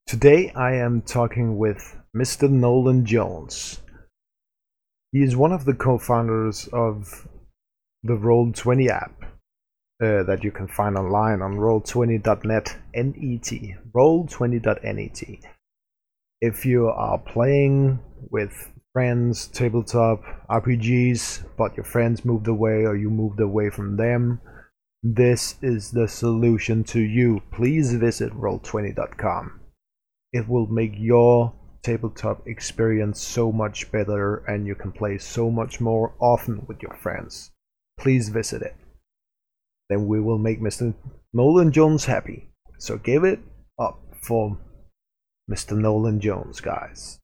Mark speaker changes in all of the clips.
Speaker 1: Today I am talking with Mr. Nolan Jones. He is one of the co-founders of the Roll20 app that you can find online on roll20.net, N-E-T, roll20.net. If you are playing with friends, tabletop, RPGs, but your friends moved away or you moved away from them, this is the solution to you. Please visit roll20.com. It will make your tabletop experience so much better and you can play so much more often with your friends. Please visit it. Then we will make Mr. Nolan Jones happy. So give it up for Mr. Nolan Jones, guys.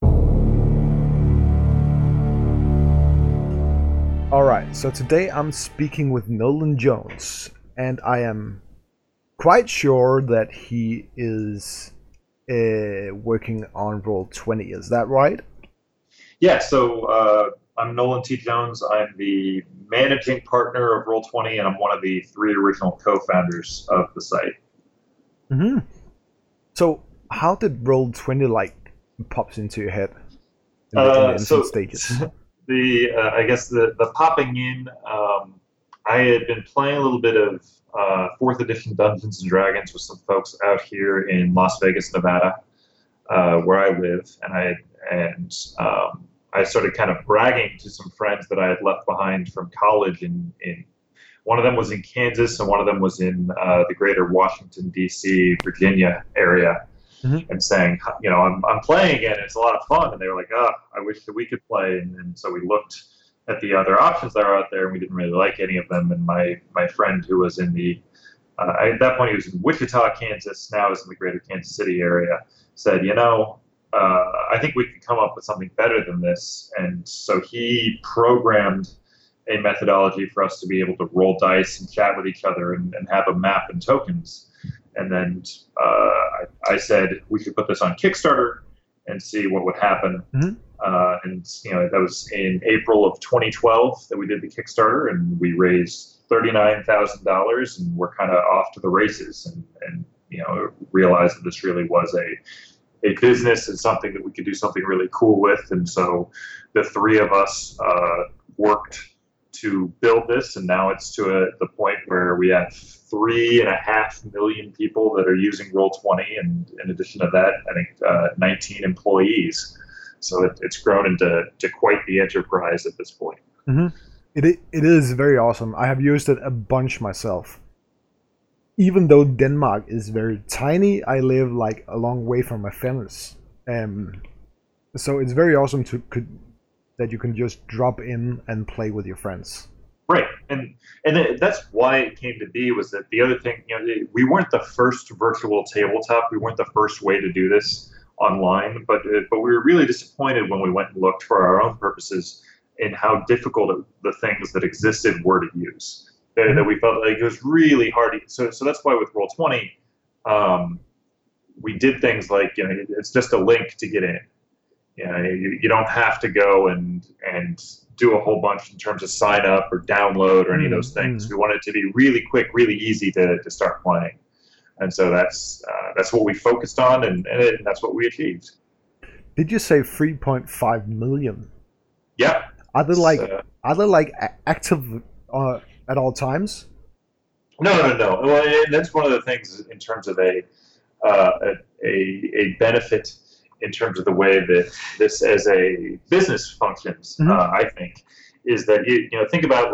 Speaker 1: Alright, so today I'm speaking with Nolan Jones, and I am quite sure that he is working on Roll20. Is that right?
Speaker 2: Yeah, I'm Nolan T. Jones. I'm the managing partner of Roll20, and I'm one of the three original co-founders of the site.
Speaker 1: Mm-hmm. So, how did Roll20 pops into your head in the infant stages?
Speaker 2: I guess the popping in. I had been playing a little bit of fourth edition Dungeons and Dragons with some folks out here in Las Vegas, Nevada, where I live, and I started kind of bragging to some friends that I had left behind from college. In one of them was in Kansas, and one of them was in the greater Washington D.C., Virginia area, and saying, I'm playing again. It's a lot of fun, and they were like, I wish that we could play. And so we looked at the other options that are out there, and we didn't really like any of them. And my friend who was in the at that point he was in Wichita, Kansas. Now is in the greater Kansas City area. Said, I think we could come up with something better than this. And so he programmed a methodology for us to be able to roll dice and chat with each other and have a map and tokens. And then I said we could put this on Kickstarter and see what would happen. That was in April of 2012 that we did the Kickstarter, and we raised $39,000, and we're kind of off to the races, and realized that this really was a business and something that we could do something really cool with. And so the three of us worked to build this, and now it's to the point where we have 3.5 million people that are using Roll20, and in addition to that, I think 19 employees. So it's grown into quite the enterprise at this point.
Speaker 1: It is very awesome. I have used it a bunch myself. Even though Denmark is very tiny, I live a long way from my friends. So it's very awesome that you can just drop in and play with your friends.
Speaker 2: Right, and that's why it came to be. Was that the other thing? We weren't the first virtual tabletop. We weren't the first way to do this online, but we were really disappointed when we went and looked for our own purposes in how difficult the things that existed were to use. That we felt like it was really hard. So that's why with Roll20, we did things like it's just a link to get in. You don't have to go and do a whole bunch in terms of sign up or download or any of those things. We wanted it to be really quick, really easy to start playing. And so that's what we focused on, and that's what we achieved.
Speaker 1: Did you say 3.5 million?
Speaker 2: Yeah.
Speaker 1: Are they active at all times?
Speaker 2: No. Well, and that's one of the things in terms of a benefit in terms of the way that this as a business functions. I think is that think about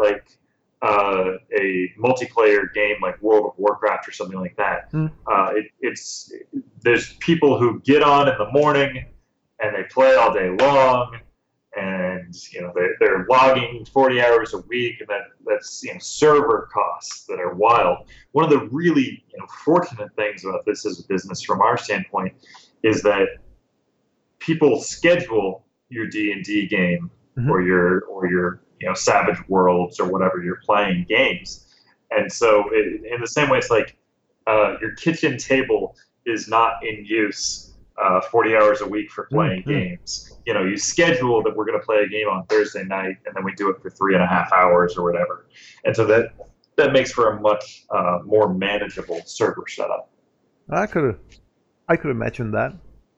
Speaker 2: a multiplayer game like World of Warcraft or something like that. There's people who get on in the morning and they play all day long, and they're logging 40 hours a week, and that's server costs that are wild. One of the really fortunate things about this as a business from our standpoint is that people schedule your D&D game or your Savage Worlds or whatever you're playing games. And so in the same way, it's like your kitchen table is not in use 40 hours a week for playing games. You schedule that we're going to play a game on Thursday night, and then we do it for 3.5 hours or whatever. And so that makes for a much more manageable server setup.
Speaker 1: I could imagine that.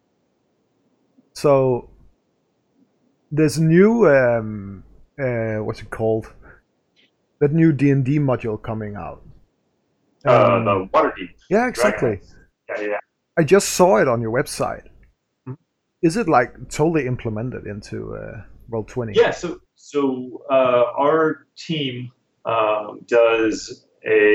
Speaker 1: So there's new what's it called? That new D&D module coming out.
Speaker 2: The Waterdeep.
Speaker 1: Yeah, exactly.
Speaker 2: Yeah.
Speaker 1: I just saw it on your website.
Speaker 2: Mhm.
Speaker 1: Is it like totally implemented into Roll20?
Speaker 2: Yeah. So our team does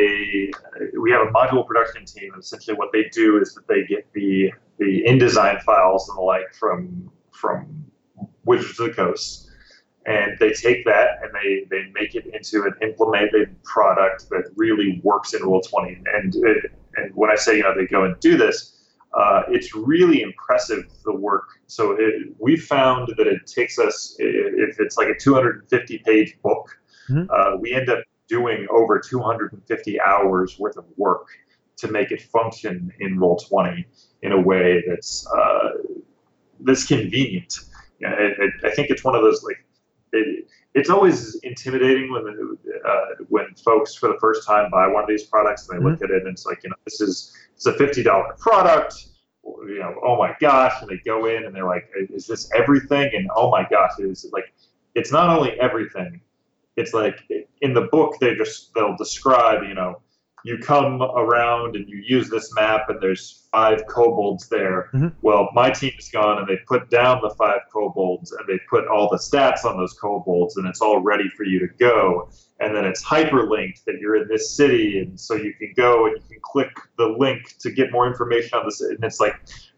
Speaker 2: we have a module production team, and essentially what they do is that they get the InDesign files and the like from Wizards of the Coast, and they take that and they make it into an implemented product that really works in Roll20. And when I say they go and do this, it's really impressive, the work. So we found that it takes us, if it's like a 250-page book, we end up doing over 250 hours worth of work to make it function in Roll20 in a way that's convenient. I think it's one of those, like, it's always intimidating when folks for the first time buy one of these products and they look at it and it's like, it's a $50 product, oh my gosh, and they go in and they're like, is this everything? And oh my gosh, it's not only everything. It's like in the book they'll describe, you come around and you use this map and there's 5 kobolds there. Well, my team has gone and they put down the 5 kobolds and they put all the stats on those kobolds and it's all ready for you to go. And then it's hyperlinked that you're in this city, and so you can go and you can click the link to get more information on this. And it's like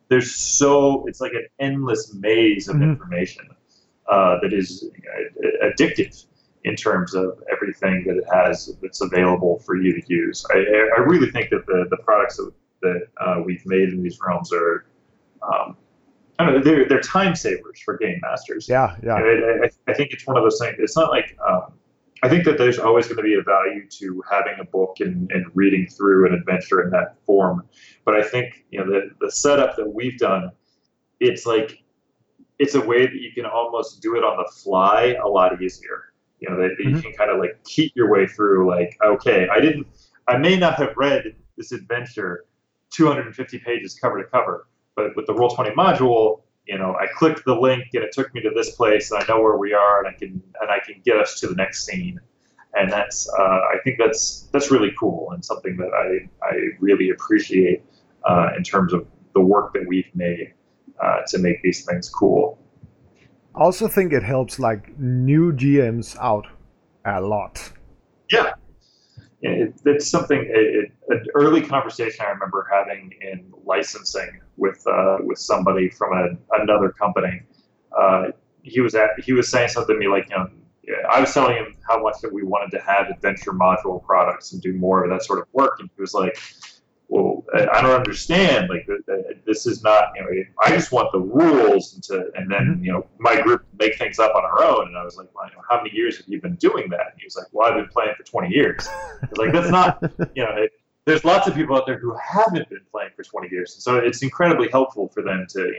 Speaker 2: it's like an endless maze of information that is addictive in terms of everything that it has that's available for you to use. I really think that the products that we've made in these realms are, I don't know, they're time savers for game masters.
Speaker 1: Yeah.
Speaker 2: I think it's one of those things. It's not like, I think that there's always going to be a value to having a book and reading through an adventure in that form. But I think, the setup that we've done, it's like, it's a way that you can almost do it on the fly a lot easier. That you can kind of like keep your way through, like, okay, I may not have read this adventure 250 pages cover to cover, but with the Roll20 module, I clicked the link and it took me to this place and I know where we are and I can get us to the next scene. And that's, I think that's really cool and something that I really appreciate in terms of the work that we've made to make these things cool.
Speaker 1: I also think it helps like new GMs out a lot.
Speaker 2: Yeah. It's something, an early conversation I remember having in licensing with somebody from another company. He was saying something to me like, I was telling him how much that we wanted to have adventure module products and do more of that sort of work, and he was like, well, I don't understand. Like, this is not, I just want the rules and then, my group make things up on our own. And I was like, well, how many years have you been doing that? And he was like, well, I've been playing for 20 years. I was like, that's not, there's lots of people out there who haven't been playing for 20 years. And so it's incredibly helpful for them to,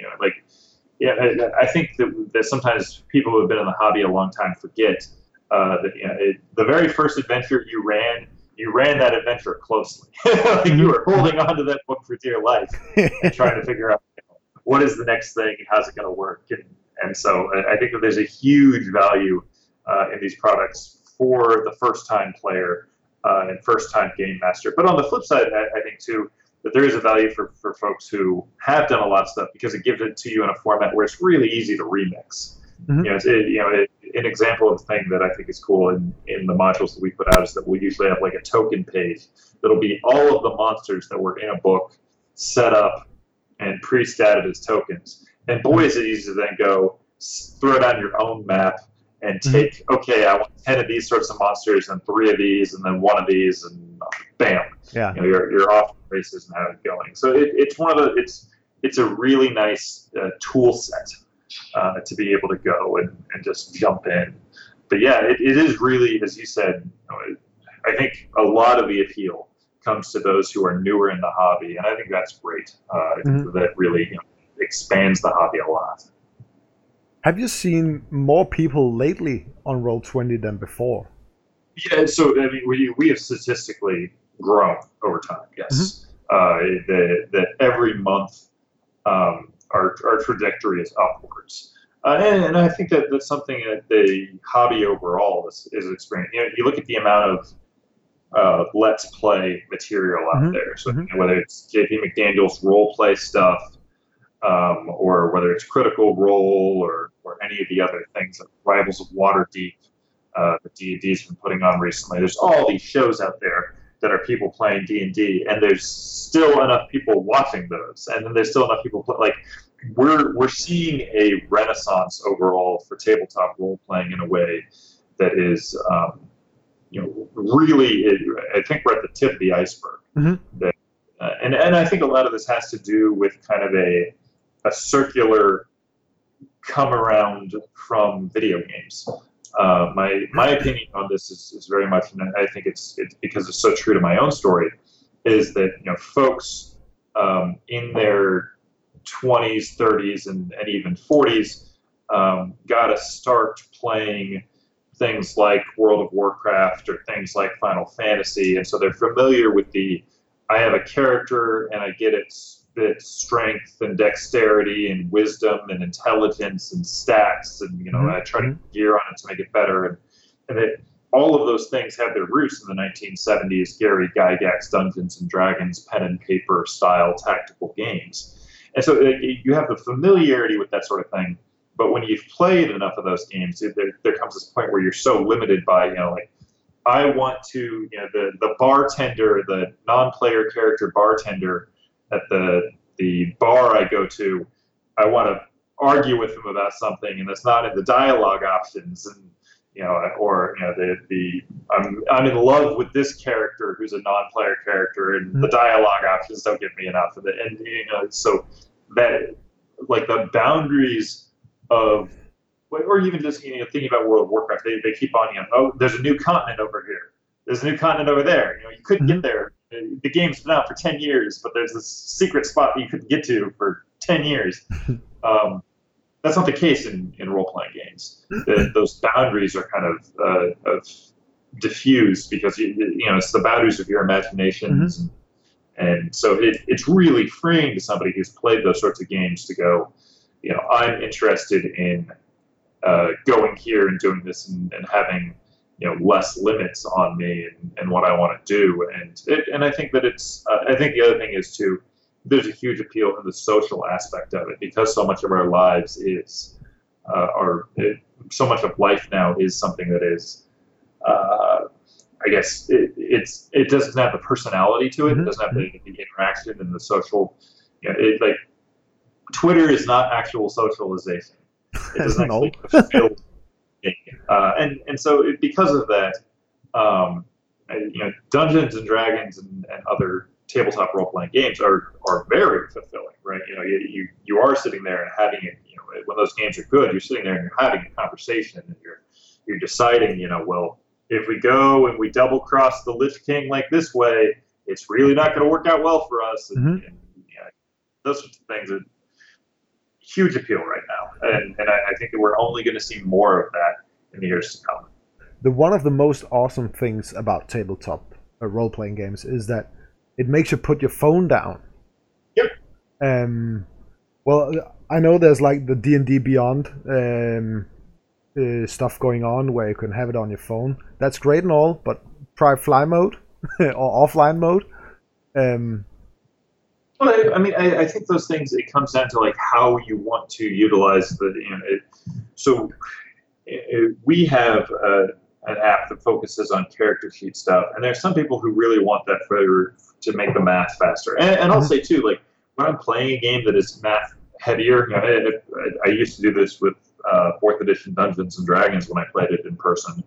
Speaker 2: I think that sometimes people who have been in the hobby a long time forget that, the very first adventure you ran that adventure closely. Like, you were holding on to that book for dear life and trying to figure out what is the next thing and how's it going to work. And so I think that there's a huge value in these products for the first-time player and first-time game master. But on the flip side, I think, too, that there is a value for folks who have done a lot of stuff because it gives it to you in a format where it's really easy to remix. An example of the thing that I think is cool in the modules that we put out is that we usually have like a token page that'll be all of the monsters that were in a book set up and pre-statted as tokens. And boy, is it easy to then go throw it on your own map and take, okay, I want 10 of these sorts of monsters and 3 of these and then 1 of these, and bam, you're off the races and have it going. So it's a really nice tool set to be able to go and just jump in. But yeah, it is really, as you said, I think a lot of the appeal comes to those who are newer in the hobby, and I think that's great. That really expands the hobby a lot.
Speaker 1: Have you seen more people lately on Roll20 than before?
Speaker 2: Yeah, so I mean, we have statistically grown over time. Yes, that every month our trajectory is upwards. And I think that that's something that the hobby overall is experiencing. You look at the amount of Let's Play material out there. So whether it's JP McDaniel's role play stuff, or whether it's Critical Role or any of the other things like Rivals of Waterdeep, that D&D's been putting on recently. There's all these shows out there that are people playing D&D, and there's still enough people watching those, and then there's still enough people like we're seeing a renaissance overall for tabletop role playing in a way that is really, I think we're at the tip of the iceberg. That, and I think a lot of this has to do with kind of a circular come around from video games. My opinion on this is very much, and I think it's because it's so true to my own story, is that folks in their 20s, 30s, and even 40s got to start playing things like World of Warcraft or things like Final Fantasy, and so they're familiar with I have a character and I get its strength and dexterity and wisdom and intelligence and stats, and I try to gear on it to make it better, and all of those things have their roots in the 1970s Gary Gygax Dungeons and Dragons pen and paper style tactical games. And so you have the familiarity with that sort of thing, but when you've played enough of those games, there comes this point where you're so limited by, like, I want to, the bartender, the non-player character bartender at the bar I go to, I want to argue with him about something, and it's not in the dialogue options, and I'm in love with this character who's a non-player character, and the dialogue options don't give me enough of it, and so that, like, the boundaries of, or even just thinking about World of Warcraft, they keep on, oh, there's a new continent over here, there's a new continent over there, you couldn't get there. The game's been out for 10 years, but there's this secret spot that you couldn't get to for 10 years. That's not the case in role-playing games. Those boundaries are kind of diffused because it's the boundaries of your imaginations, and so it's really freeing to somebody who's played those sorts of games to go, I'm interested in going here and doing this and having less limits on me and what I want to do, and I think that it's I think the other thing is too, there's a huge appeal in the social aspect of it, because so much of our lives is so much of life now is something that is I guess it doesn't have the personality to it. It doesn't have the interaction and the social. Like Twitter is not actual socialization. It doesn't actually fulfill. And so because of that, Dungeons and Dragons and other tabletop role-playing games are very fulfilling, right? You are sitting there and having it. When those games are good, you're sitting there and you're having a conversation, and you're deciding, well, if we go and we double cross the Lich King like this way, it's really not going to work out well for us. And those sorts of things are huge appeal right now, and I think that we're only going to see more of that in the years to come.
Speaker 1: One of the most awesome things about tabletop role-playing games is that it makes you put your phone down.
Speaker 2: Yep.
Speaker 1: Well, I know there's like the D&D Beyond stuff going on where you can have it on your phone. That's great and all, but try fly mode or offline mode.
Speaker 2: Well, I mean, I think those things, it comes down to like how you want to utilize we have an app that focuses on character sheet stuff, and there's some people who really want that to make the math faster. And I'll say too, like when I'm playing a game that is math heavier, I used to do this with 4th edition Dungeons and Dragons when I played it in person,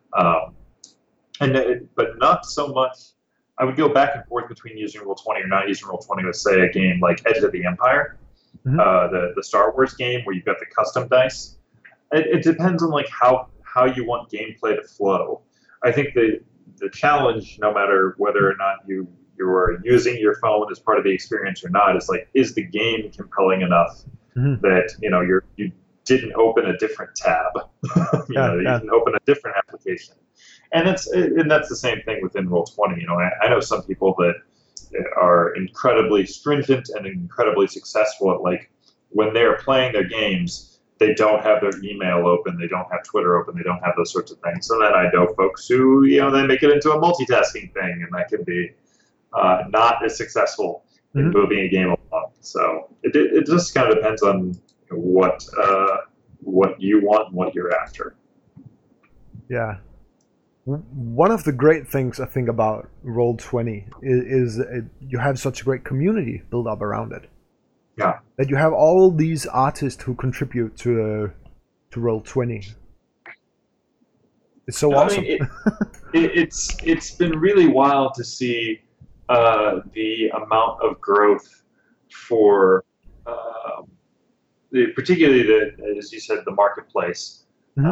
Speaker 2: but not so much. I would go back and forth between using Roll20 or not using Roll20 with, say, a game like Edge of the Empire, the Star Wars game where you've got the custom dice. It depends on like how you want gameplay to flow. I think the challenge, no matter whether or not you are using your phone as part of the experience or not, is like, is the game compelling enough that you didn't open a different tab, you can open a different application. And that's the same thing within Roll20. I know some people that are incredibly stringent and incredibly successful at like when they're playing their games, they don't have their email open, they don't have Twitter open, they don't have those sorts of things. So then I know folks who, they make it into a multitasking thing, and that can be not as successful in moving a game along. So it just kind of depends on what you want and what you're after.
Speaker 1: Yeah. One of the great things I think about Roll20 is you have such a great community built up around it.
Speaker 2: Yeah.
Speaker 1: That you have all these artists who contribute to Roll20. It's so awesome.
Speaker 2: I mean, it's been really wild to see the amount of growth for particularly as you said, the marketplace.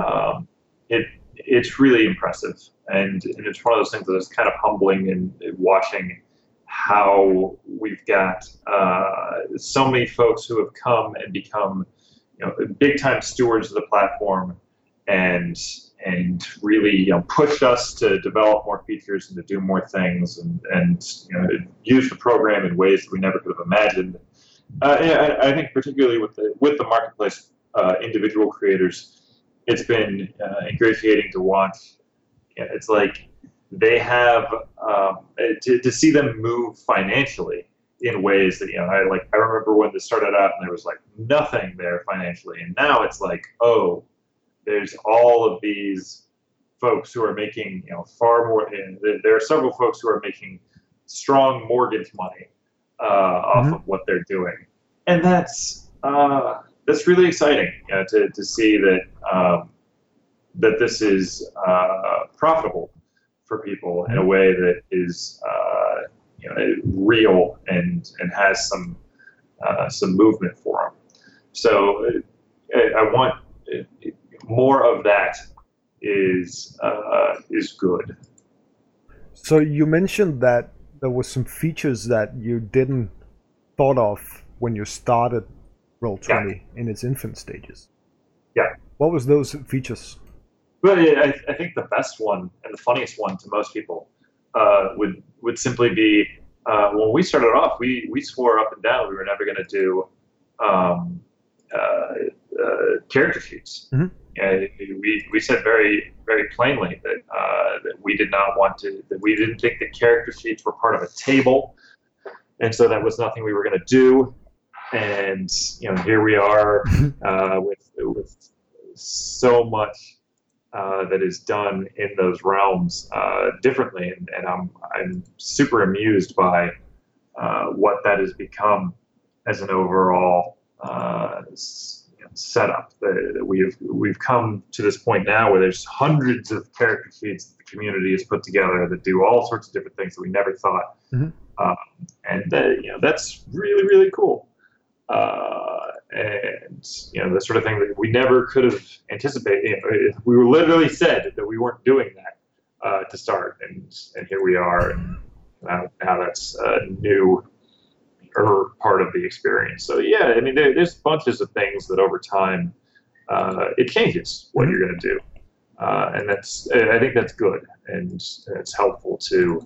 Speaker 2: It's really impressive, and it's one of those things that is kind of humbling in watching how we've got so many folks who have come and become big time stewards of the platform, and really pushed us to develop more features and to do more things, and use the program in ways that we never could have imagined. I think particularly with the marketplace, individual creators, it's been ingratiating to watch. It's like they have to see them move financially in ways that I remember when this started out and there was like nothing there financially, and now it's like, oh, there's all of these folks who are making far more. There are several folks who are making strong mortgage money off of what they're doing, and that's really exciting to see that that this is profitable for people in a way that is real and has some movement for them. So I want more of that is good.
Speaker 1: So you mentioned that there was some features that you didn't thought of when you started Roll20 in its infant stages.
Speaker 2: Yeah.
Speaker 1: What was those features?
Speaker 2: Well, I think the best one and the funniest one to most people would simply be when we started off, we swore up and down we were never going to do character sheets. We said very, very plainly that we did not want to, that we didn't think that character sheets were part of a table, and so that was nothing we were going to do. And here we are with so much that is done in those realms differently, and I'm super amused by what that has become as an overall setup. That we've come to this point now where there's hundreds of character sheets that the community has put together that do all sorts of different things that we never thought, and that's really, really cool. And the sort of thing that we never could have anticipated. We were literally said that we weren't doing that to start, and here we are, and now that's a new part of the experience. So yeah, I mean, there's bunches of things that over time it changes what you're going to do, and I think that's good, and it's helpful to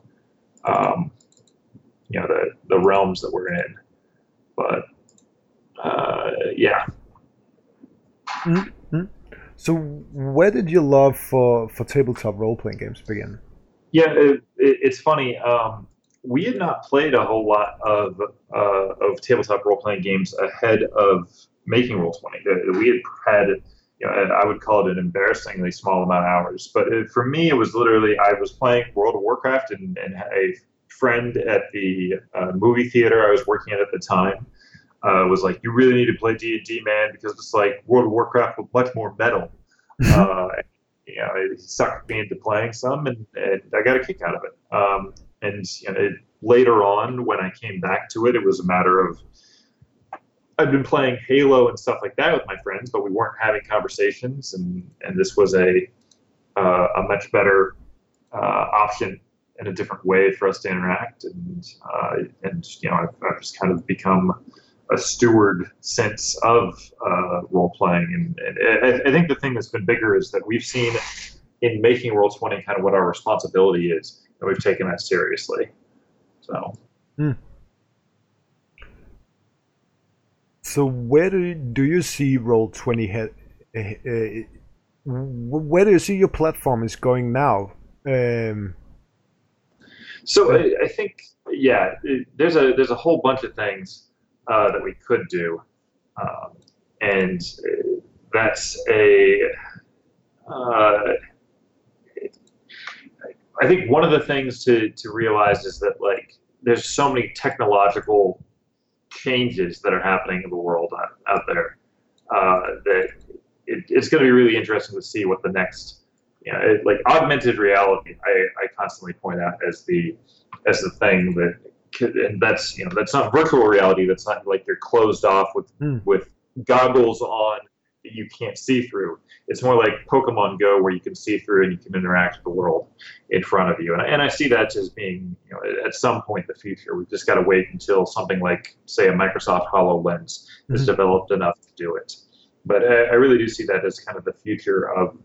Speaker 2: the realms that we're in, but. Yeah.
Speaker 1: So where did your love for tabletop role-playing games begin?
Speaker 2: Yeah, it's funny. We had not played a whole lot of tabletop role-playing games ahead of making Roll20. We had I would call it an embarrassingly small amount of hours. But for me, it was literally, I was playing World of Warcraft, and a friend at the movie theater I was working at the time was like, you really need to play D&D, man, because it's like World of Warcraft with much more metal. It sucked me into playing some, and I got a kick out of it. Later on, when I came back to it, it was a matter of, I'd been playing Halo and stuff like that with my friends, but we weren't having conversations, and this was a much better option and a different way for us to interact, and I've just kind of become a steward sense of role-playing, and I think the thing that's been bigger is that we've seen in making Roll20 kind of what our responsibility is, and we've taken that seriously.
Speaker 1: So where do you see Roll20 head? Where do you see your platform is going now? Um,
Speaker 2: So
Speaker 1: uh,
Speaker 2: I think, yeah, there's a whole bunch of things that we could do, um, and that's a uh, I think one of the things to realize is that like there's so many technological changes that are happening in the world out there that it's going to be really interesting to see what the next, like augmented reality. I constantly point out as the thing that and that's that's not virtual reality. That's not like you're closed off
Speaker 1: hmm,
Speaker 2: with goggles on that you can't see through. It's more like Pokemon Go, where you can see through and you can interact with the world in front of you. And I see that as being, at some point in the future. We've just got to wait until something like, say, a Microsoft HoloLens is
Speaker 1: mhm,
Speaker 2: developed enough to do it. But I really do see that as kind of the future of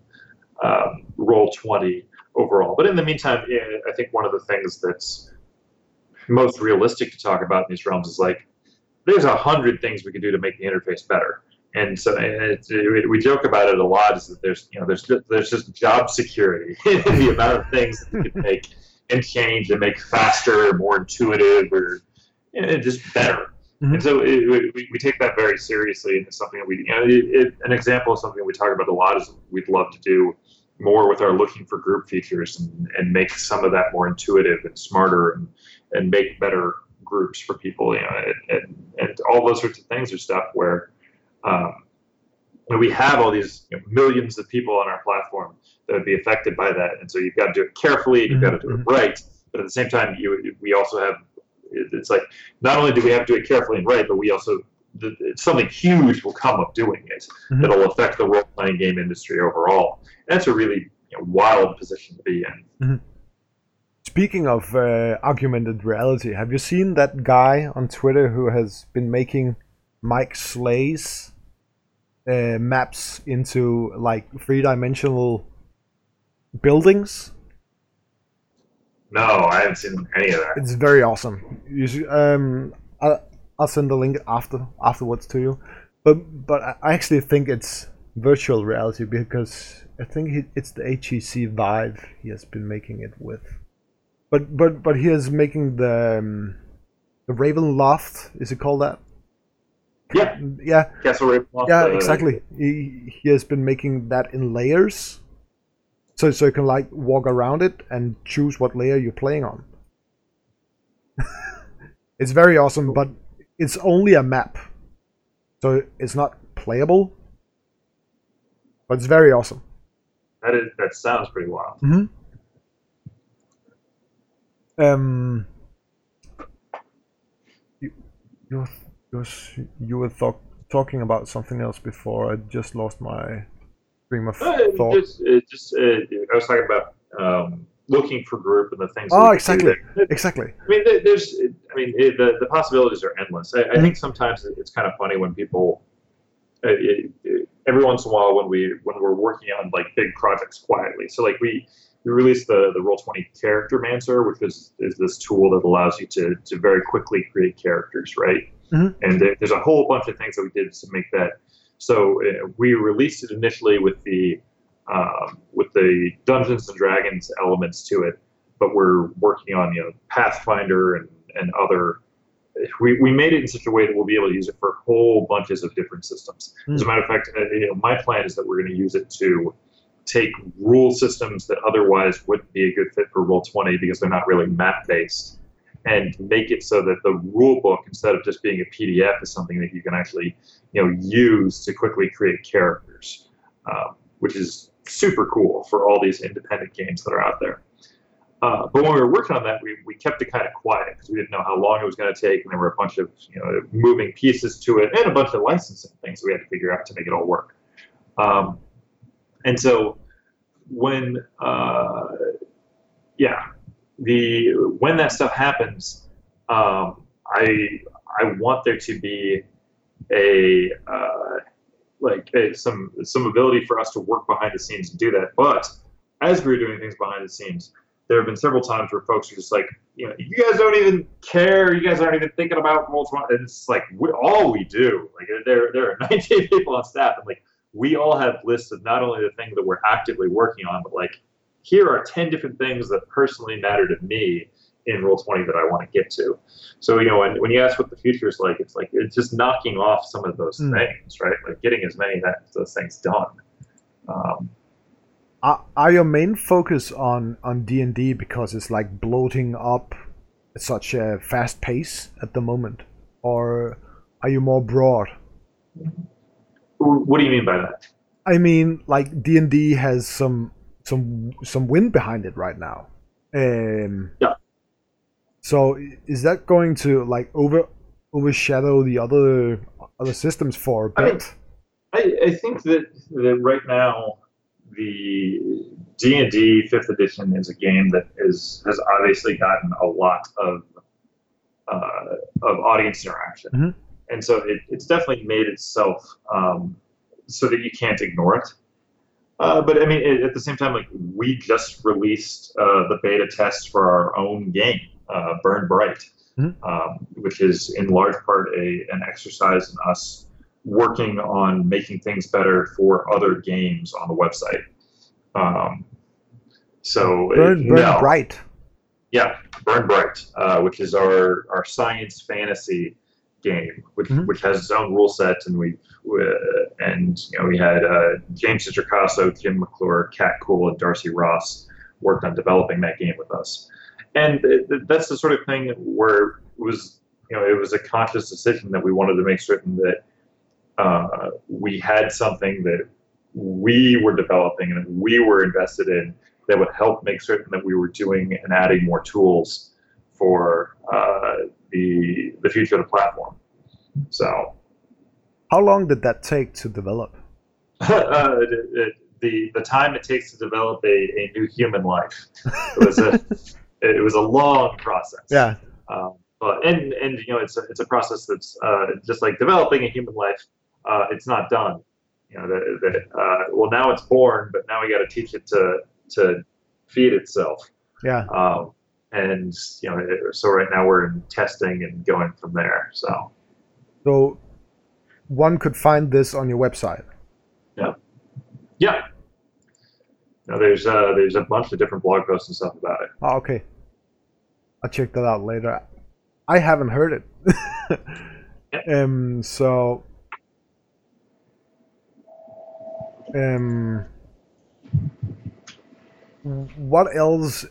Speaker 2: Roll20 overall. But in the meantime, yeah, I think one of the things that's most realistic to talk about in these realms is like there's 100 things we could do to make the interface better. And so we joke about it a lot. Is that there's just job security in the amount of things that we could make and change and make faster, more intuitive, or just better. And
Speaker 1: mhm,
Speaker 2: so we take that very seriously, and it's something that an example of something we talk about a lot is we'd love to do more with our looking for group features and make some of that more intuitive and smarter and make better groups for people, and all those sorts of things are stuff where um, we have all these millions of people on our platform that would be affected by that, and so you've got to do it carefully and you've got
Speaker 1: mhm,
Speaker 2: to do it
Speaker 1: mhm,
Speaker 2: right. But at the same time, we also have it's like not only do we have to do it carefully and right, but we also something huge will come of doing it
Speaker 1: mhm,
Speaker 2: that'll affect the role playing game industry overall. And that's a really wild position to be in.
Speaker 1: mhm. Speaking of augmented reality, have you seen that guy on Twitter who has been making Mike Slay's maps into like three-dimensional buildings?
Speaker 2: No, I haven't seen any of that.
Speaker 1: It's very awesome. I'll send the link afterwards to you. But I actually think it's virtual reality because I think it's the HEC Vive he has been making it with. But he is making the Raven Loft. Is it called that?
Speaker 2: Yeah,
Speaker 1: Yeah,
Speaker 2: Castle Ravenloft.
Speaker 1: yeah, exactly. He has been making that in layers, so you can like walk around it and choose what layer you're playing on. It's very awesome, but it's only a map, so it's not playable. But it's very awesome.
Speaker 2: That sounds pretty wild.
Speaker 1: Hmm. Um, you you you were talking about something else before. I just lost my stream of thought.
Speaker 2: I was talking about looking for group and the things that we
Speaker 1: Oh,
Speaker 2: could do
Speaker 1: exactly,
Speaker 2: there.
Speaker 1: exactly.
Speaker 2: I mean, the possibilities are endless. I think sometimes it's kind of funny when people, every once in a while when we're working on like big projects quietly. So like we released the Roll20 Character Mancer, which is this tool that allows you to very quickly create characters, right?
Speaker 1: Hmm.
Speaker 2: And there's a whole bunch of things that we did to make that. So we released it initially with the Dungeons and Dragons elements to it, but we're working on Pathfinder and other. We made it in such a way that we'll be able to use it for whole bunches of different systems. As a
Speaker 1: Mm.
Speaker 2: matter of fact, my plan is that we're going to use it to take rule systems that otherwise wouldn't be a good fit for Roll20 because they're not really map based, and make it so that the rule book, instead of just being a PDF, is something that you can actually use to quickly create characters, which is super cool for all these independent games that are out there. But when we were working on that, we kept it kind of quiet because we didn't know how long it was going to take, and there were a bunch of moving pieces to it and a bunch of licensing things we had to figure out to make it all work. Um, and so when yeah, the when that stuff happens, I want there to be a some ability for us to work behind the scenes and do that. But as we were doing things behind the scenes, there have been several times where folks are just like, you guys don't even care. You guys aren't even thinking about multiple. And it's like all we do. Like there are 19 people on staff, and like we all have lists of not only the things that we're actively working on, but like here are 10 different things that personally matter to me in Roll20 that I want to get to. So when you ask what the future is like, it's just knocking off some of those things, right? Like getting as many of those things done.
Speaker 1: Are your main focus on D&D because it's like bloating up at such a fast pace at the moment, or are you more broad?
Speaker 2: What do you mean by that?
Speaker 1: I mean, like D&D has some wind behind it right now.
Speaker 2: Yeah.
Speaker 1: So is that going to like overshadow the other systems for a bit?
Speaker 2: I think that right now, the D&D 5th edition is a game that has obviously gotten a lot of audience interaction,
Speaker 1: mm-hmm.
Speaker 2: and so it's definitely made itself so that you can't ignore it. But I mean, at the same time, like we just released the beta test for our own game, Burn Bright, which is in large part an exercise in us working on making things better for other games on the website.
Speaker 1: Burn Bright.
Speaker 2: Yeah, Burn Bright, which is our science fantasy game, which has its own rule set, and we had James Citricasso, Jim McClure, Kat Cool, and Darcy Ross worked on developing that game with us, and that's the sort of thing where it was a conscious decision that we wanted to make certain that we had something that we were developing and we were invested in that would help make certain that we were doing and adding more tools for the future of the platform. So,
Speaker 1: how long did that take to develop?
Speaker 2: The time it takes to develop a new human life. It was a long process.
Speaker 1: Yeah.
Speaker 2: But it's a process that's just like developing a human life. It's not done. Well, now it's born, but now we got to teach it to feed itself.
Speaker 1: Yeah.
Speaker 2: And so right now we're in testing and going from there. So
Speaker 1: one could find this on your website.
Speaker 2: Yeah. Yeah. There's a bunch of different blog posts and stuff about it.
Speaker 1: Oh, okay. I'll check that out later. I haven't heard it.
Speaker 2: Yeah.
Speaker 1: So. What else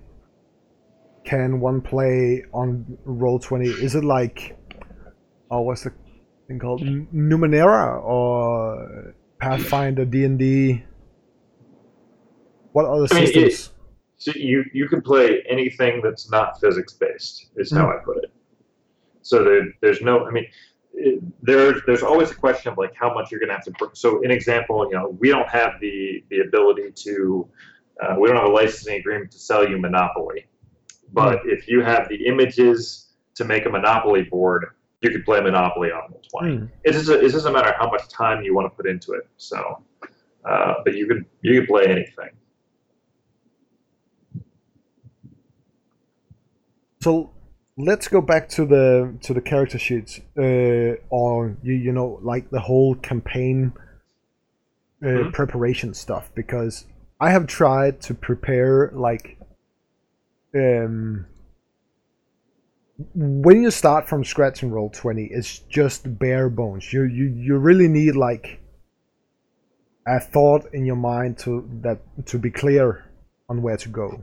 Speaker 1: can one play on Roll20? Is it like, what's the thing called? Numenera or Pathfinder, D&D? What other systems?
Speaker 2: So you can play anything that's not physics based. Is how I put it. So there's no. I mean, there's always a question of like how much you're going to have to. So, an example, we don't have the ability to. We don't have a licensing agreement to sell you Monopoly, but if you have the images to make a Monopoly board, you can play Monopoly on Roll20. It doesn't matter how much time you want to put into it. So, but you can play anything.
Speaker 1: So let's go back to the character sheets, or like the whole campaign preparation stuff, because I have tried to prepare like when you start from scratch in Roll20, it's just bare bones. You really need like a thought in your mind to be clear on where to go.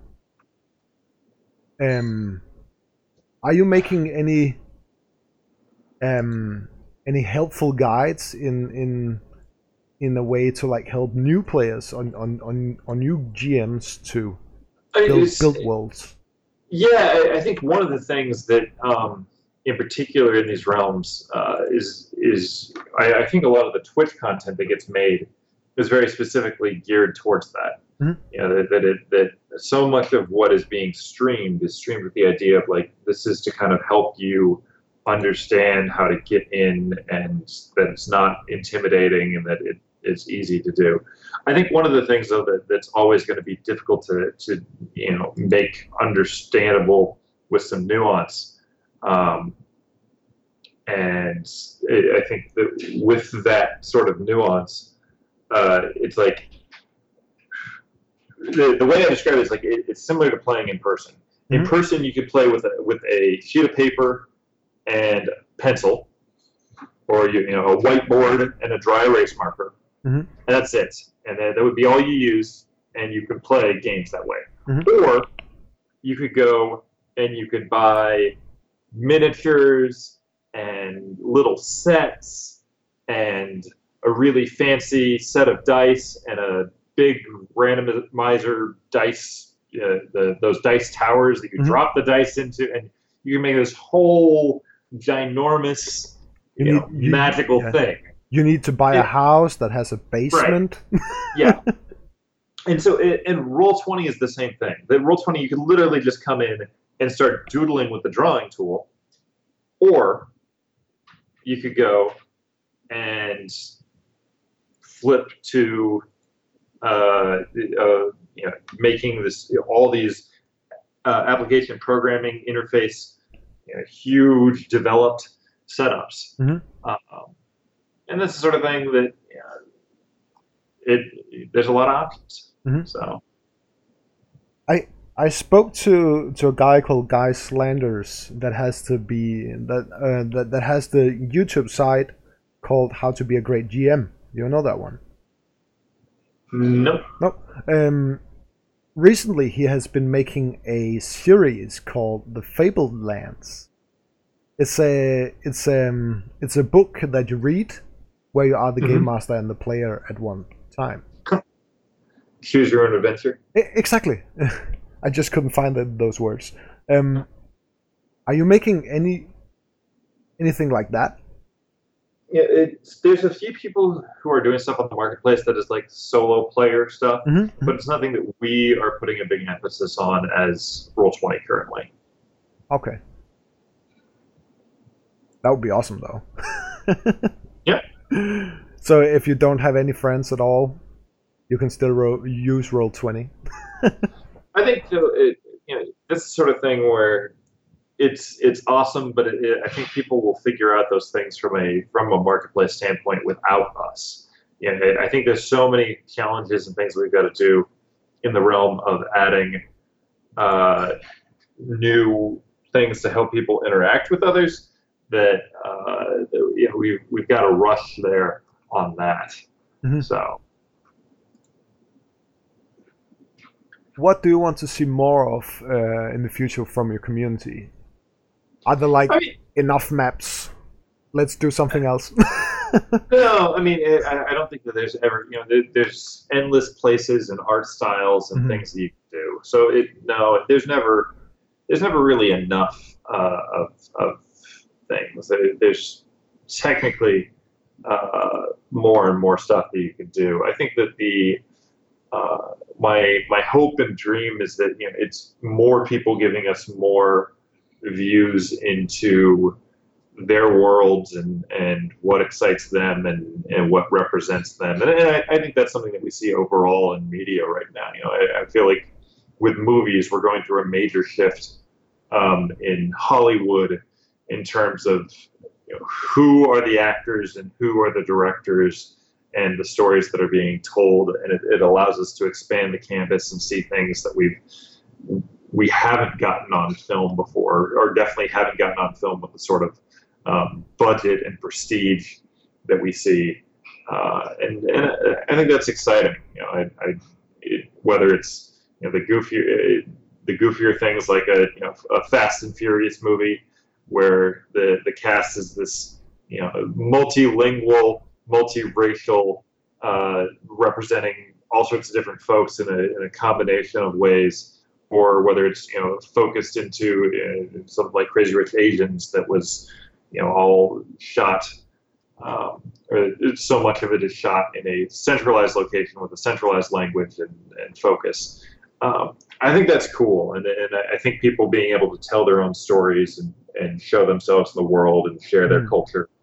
Speaker 1: Are you making any helpful guides in a way to like help new players on new GMs to build worlds?
Speaker 2: Yeah, I think one of the things that in particular in these realms is I think a lot of the Twitch content that gets made is very specifically geared towards that. That so much of what is being streamed is streamed with the idea of like this is to kind of help you understand how to get in, and that it's not intimidating, and that it's easy to do. I think one of the things though that's always going to be difficult to make understandable with some nuance, and I think that with that sort of nuance, it's like the way I describe it is like it's similar to playing in person. In person, you could play with a sheet of paper and pencil, or a whiteboard and a dry erase marker, and that's it. And that would be all you use, and you could play games that way. Or you could go and you could buy miniatures and little sets and a really fancy set of dice and a big randomizer dice, those dice towers that you drop the dice into, and you can make this whole ginormous, magical thing.
Speaker 1: You need to buy a house that has a basement.
Speaker 2: Right. Yeah. And so, and Roll20 is the same thing. The Roll20, you can literally just come in and start doodling with the drawing tool, or you could go and flip to making this all these application programming interface, huge developed setups, and that's the sort of thing that there's a lot of options. So
Speaker 1: I spoke to a guy called Guy Slanders that has that has the YouTube site called How to Be a Great GM. You know that one?
Speaker 2: Nope.
Speaker 1: Recently, he has been making a series called The Fabled Lands. It's a book that you read where you are the game master and the player at one time.
Speaker 2: Choose your own adventure.
Speaker 1: Exactly. I just couldn't find those words. Are you making anything like that?
Speaker 2: Yeah, there's a few people who are doing stuff on the marketplace that is like solo player stuff, but it's nothing that we are putting a big emphasis on as Roll20 currently.
Speaker 1: Okay. That would be awesome, though.
Speaker 2: Yeah.
Speaker 1: So if you don't have any friends at all, you can still use Roll20.
Speaker 2: I think this is the sort of thing where it's awesome, but I think people will figure out those things from a marketplace standpoint without us. I think there's so many challenges and things we've got to do in the realm of adding new things to help people interact with others that we've got to rush there on that. So.
Speaker 1: What do you want to see more of in the future from your community? Are there enough maps? Let's do something else.
Speaker 2: No, I don't think that there's ever, there's endless places and art styles and things that you can do. So there's never really enough of things. There's technically more and more stuff that you can do. I think that my hope and dream is that it's more people giving us more views into their worlds and what excites them and what represents them. And I think that's something that we see overall in media right now. I feel like with movies, we're going through a major shift in Hollywood in terms of who are the actors and who are the directors and the stories that are being told, and it allows us to expand the canvas and see things that we haven't gotten on film before, or definitely haven't gotten on film with the sort of budget and prestige that we see, and I think that's exciting. Whether it's the goofier things like a Fast and Furious movie where the cast is this multilingual, multiracial, representing all sorts of different folks in a combination of ways, or whether it's focused into something like Crazy Rich Asians that was all shot, or so much of it is shot in a centralized location with a centralized language and focus. I think that's cool, and I think people being able to tell their own stories and show themselves in the world and share their culture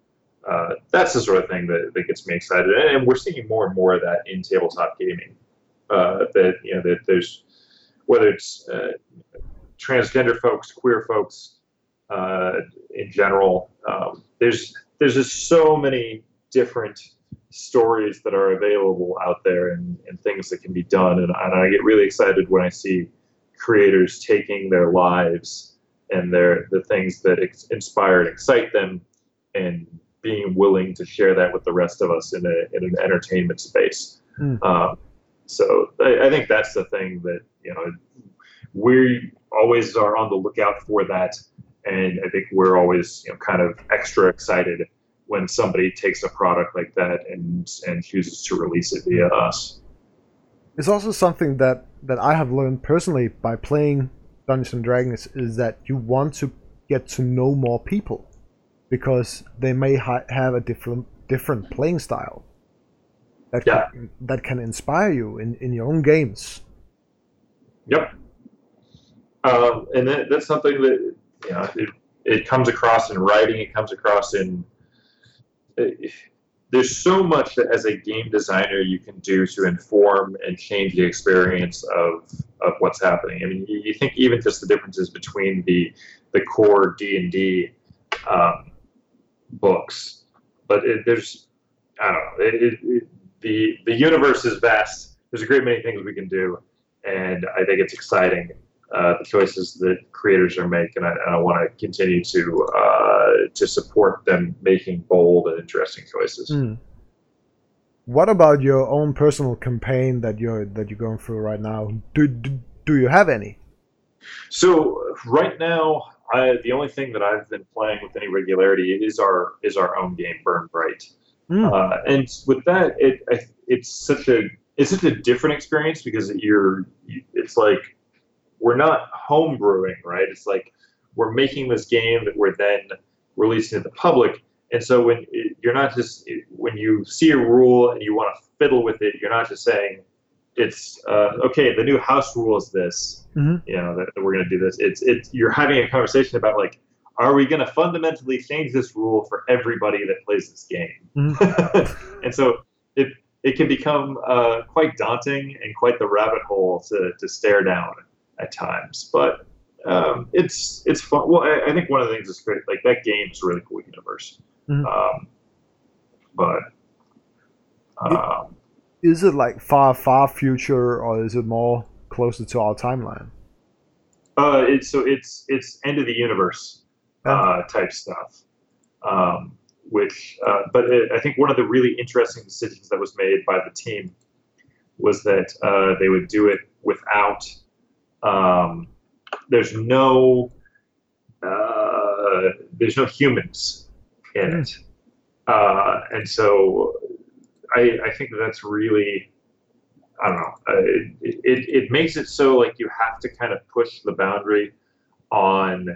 Speaker 2: That's the sort of thing that gets me excited, and we're seeing more and more of that in tabletop gaming. That there's whether it's transgender folks, queer folks, in general. There's just so many different stories that are available out there and things that can be done, and I get really excited when I see creators taking their lives and the things that inspire and excite them, and being willing to share that with the rest of us in an entertainment space. So I think that's the thing that we always are on the lookout for that, and I think we're always kind of extra excited when somebody takes a product like that and chooses to release it via us.
Speaker 1: It's also something that I have learned personally by playing Dungeons and Dragons is that you want to get to know more people because they may have a different playing style that can inspire you in your own games.
Speaker 2: Yep. And that's something that it comes across in writing. It comes across in there's so much that as a game designer you can do to inform and change the experience of what's happening. I mean, you think even just the differences between the core D&D books, but there's I don't know. The universe is vast. There's a great many things we can do, and I think it's exciting. The choices that creators are making, and I want to continue to support them making bold and interesting choices.
Speaker 1: What about your own personal campaign that you're going through right now? Do you have any?
Speaker 2: So right now, the only thing that I've been playing with any regularity is our own game, Burn Bright. And with that, it's such a different experience because it's like we're not home brewing, right? It's like we're making this game that we're then releasing to the public. And so when you see a rule and you want to fiddle with it, you're not just saying it's okay. The new house rule is this, that we're going to do this. You're having a conversation about like, are we going to fundamentally change this rule for everybody that plays this game? And so it can become quite daunting and quite the rabbit hole to stare down at times, but it's fun. Well, I think one of the things that's great, like that game is a really cool universe.
Speaker 1: Is it like far future, or is it more closer to our timeline?
Speaker 2: It's end of the universe type stuff. I think one of the really interesting decisions that was made by the team was that they would do it without. There's no humans in it, and so I think that's really, I don't know. It makes it so like you have to kind of push the boundary on.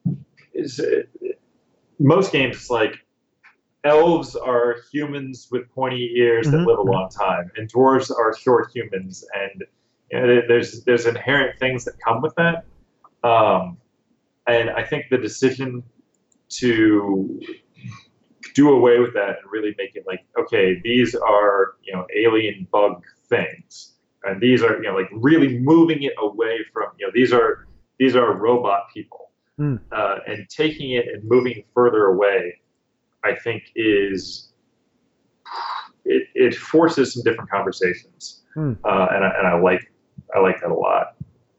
Speaker 2: Most games, it's like elves are humans with pointy ears that live a long time, and dwarves are short humans, and there's inherent things that come with that. And I think the decision to do away with that and really make it like, okay, these are alien bug things, and these are like really moving it away from these are robot people, and taking it and moving it further away, I think it forces some different conversations, and I like that a lot.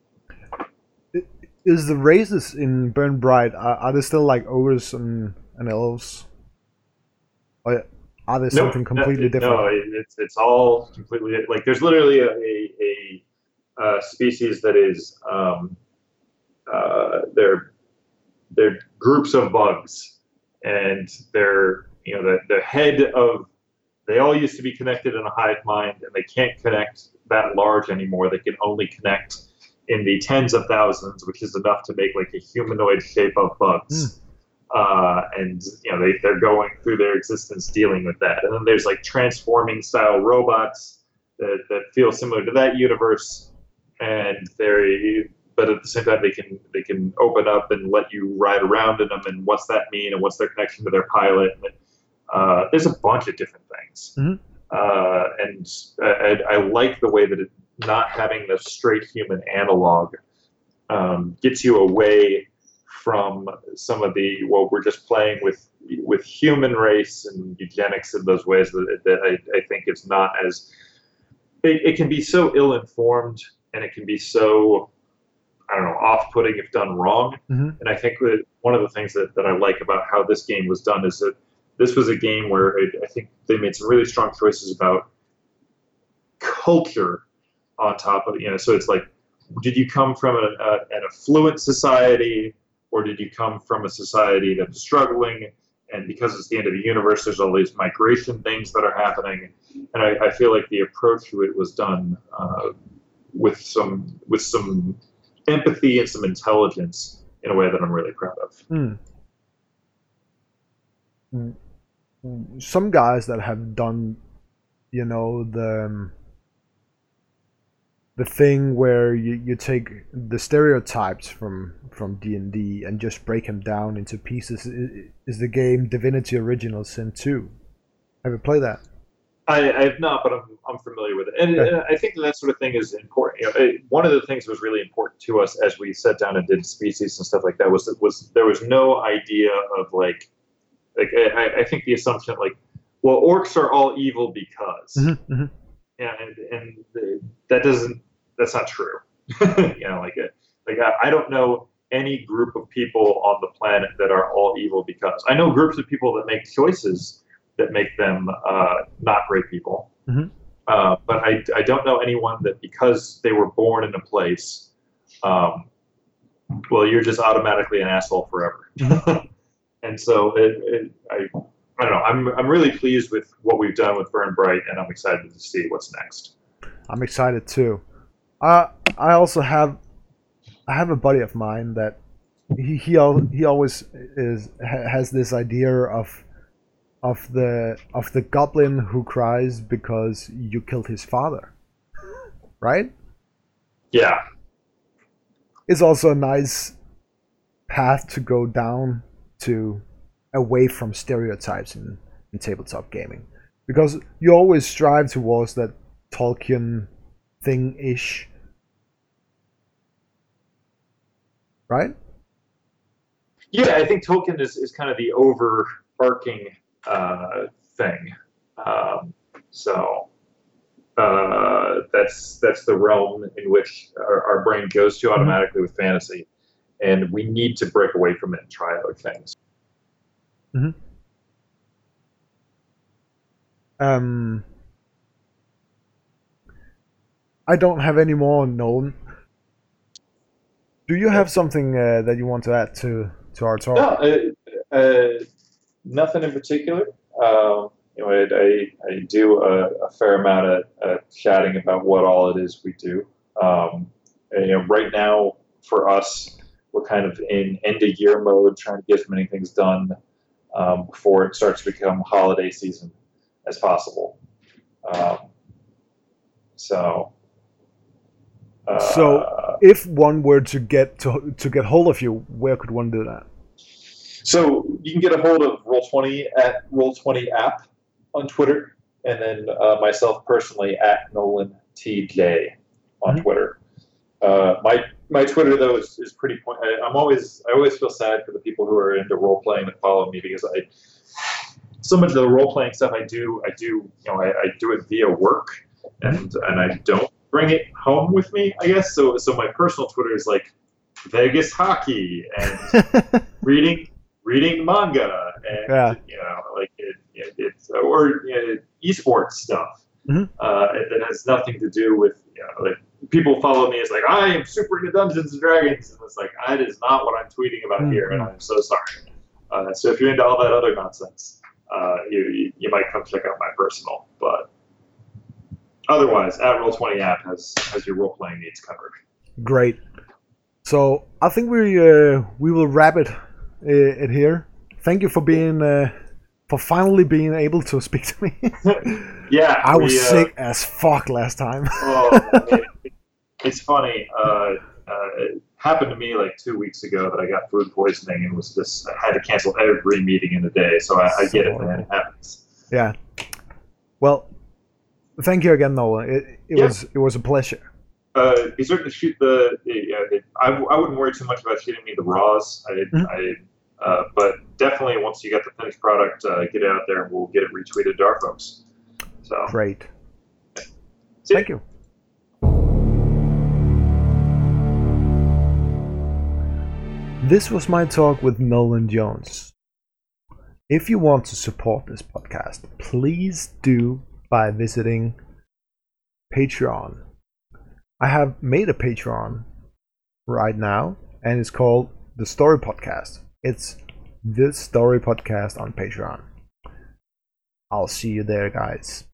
Speaker 1: Is the races in Burn Bright are they still like ogres and elves? Or are they something completely different?
Speaker 2: No, it's all completely like there's literally a species that is they're groups of bugs, and they're the head of. They all used to be connected in a hive mind, and they can't connect that large anymore. They can only connect in the tens of thousands, which is enough to make like a humanoid shape of bugs. And they're going through their existence dealing with that. And then there's like transforming style robots that feel similar to that universe, and but at the same time they can open up and let you ride around in them. And what's that mean? And what's their connection to their pilot? There's a bunch of different things.
Speaker 1: Mm-hmm.
Speaker 2: And I like the way that not having the straight human analog gets you away from some of the, well, we're just playing with human race and eugenics in those ways that I think it's not as, it can be so ill-informed, and it can be so, I don't know, off-putting if done wrong.
Speaker 1: Mm-hmm.
Speaker 2: And I think that one of the things that I like about how this game was done is that this was a game where I think they made some really strong choices about culture on top of, so it's like, did you come from an affluent society, or did you come from a society that's struggling? And because it's the end of the universe, there's all these migration things that are happening. And I feel like the approach to it was done with some empathy and some intelligence in a way that I'm really proud of.
Speaker 1: Some guys that have done, the thing where you take the stereotypes from D&D and just break them down into pieces is the game Divinity Original Sin 2. Have you played that?
Speaker 2: I have not, but I'm familiar with it, and I think that sort of thing is important. One of the things that was really important to us as we sat down and did Species and stuff like that was there was no idea of like I think the assumption well, orcs are all evil because,
Speaker 1: mm-hmm.
Speaker 2: Yeah, and that's not true. I don't know any group of people on the planet that are all evil because. I know groups of people that make choices that make them not great people.
Speaker 1: Mm-hmm.
Speaker 2: But I don't know anyone that because they were born in a place, well, you're just automatically an asshole forever.
Speaker 1: Mm-hmm.
Speaker 2: And so I don't know. I'm really pleased with what we've done with Burn Bright, and I'm excited to see what's next.
Speaker 1: I'm excited too. I also have a buddy of mine that he always has this idea of the goblin who cries because you killed his father, right?
Speaker 2: Yeah.
Speaker 1: It's also a nice path to go down to away from stereotypes in tabletop gaming, because you always strive towards that Tolkien thing-ish, right?
Speaker 2: Yeah, I think Tolkien is kind of the overarching thing. So that's the realm in which our brain goes to automatically with fantasy, and we need to break away from it and try other things.
Speaker 1: Mm-hmm. I don't have any more known. Do you have something that you want to add to our talk?
Speaker 2: No, nothing in particular. I do a fair amount of chatting about what all it is we do. Right now for us, we're kind of in end of year mode, trying to get as many things done before it starts to become holiday season as possible. So
Speaker 1: if one were to get hold of you, where could one do that?
Speaker 2: So you can get a hold of Roll20 at Roll20app on Twitter, and then myself personally at Nolan TJ on Twitter. My Twitter though is pretty I always feel sad for the people who are into role playing that follow me, because so much of the role playing stuff I do I do it via work, and I don't bring it home with me, I guess. So my personal Twitter is like Vegas hockey and reading manga, and it's or esports stuff that has nothing to do with people follow me as like, I am super into Dungeons and Dragons, and it's like, that is not what I'm tweeting about here, and I'm so sorry. So if you're into all that other nonsense, you might come check out my personal, but otherwise, at Roll20 app has your role playing needs covered.
Speaker 1: Great. So I think we will wrap it here. Thank you for being for finally being able to speak to me.
Speaker 2: Yeah,
Speaker 1: I was sick as fuck last time.
Speaker 2: Oh, it's funny. happened to me like 2 weeks ago that I got food poisoning and was just I had to cancel every meeting in a day. So I get it, man. It happens.
Speaker 1: Yeah. Well, thank you again, Nolan. It was a pleasure.
Speaker 2: Be certain to shoot the. I wouldn't worry too much about shooting me the raws. But definitely once you get the finished product, get it out there and we'll get it retweeted to our folks. So
Speaker 1: great.
Speaker 2: See?
Speaker 1: Thank you. This was my talk with Nolan Jones. If you want to support this podcast, please do by visiting Patreon. I have made a Patreon right now, and it's called The Story Podcast. It's The Story Podcast on Patreon. I'll see you there, guys.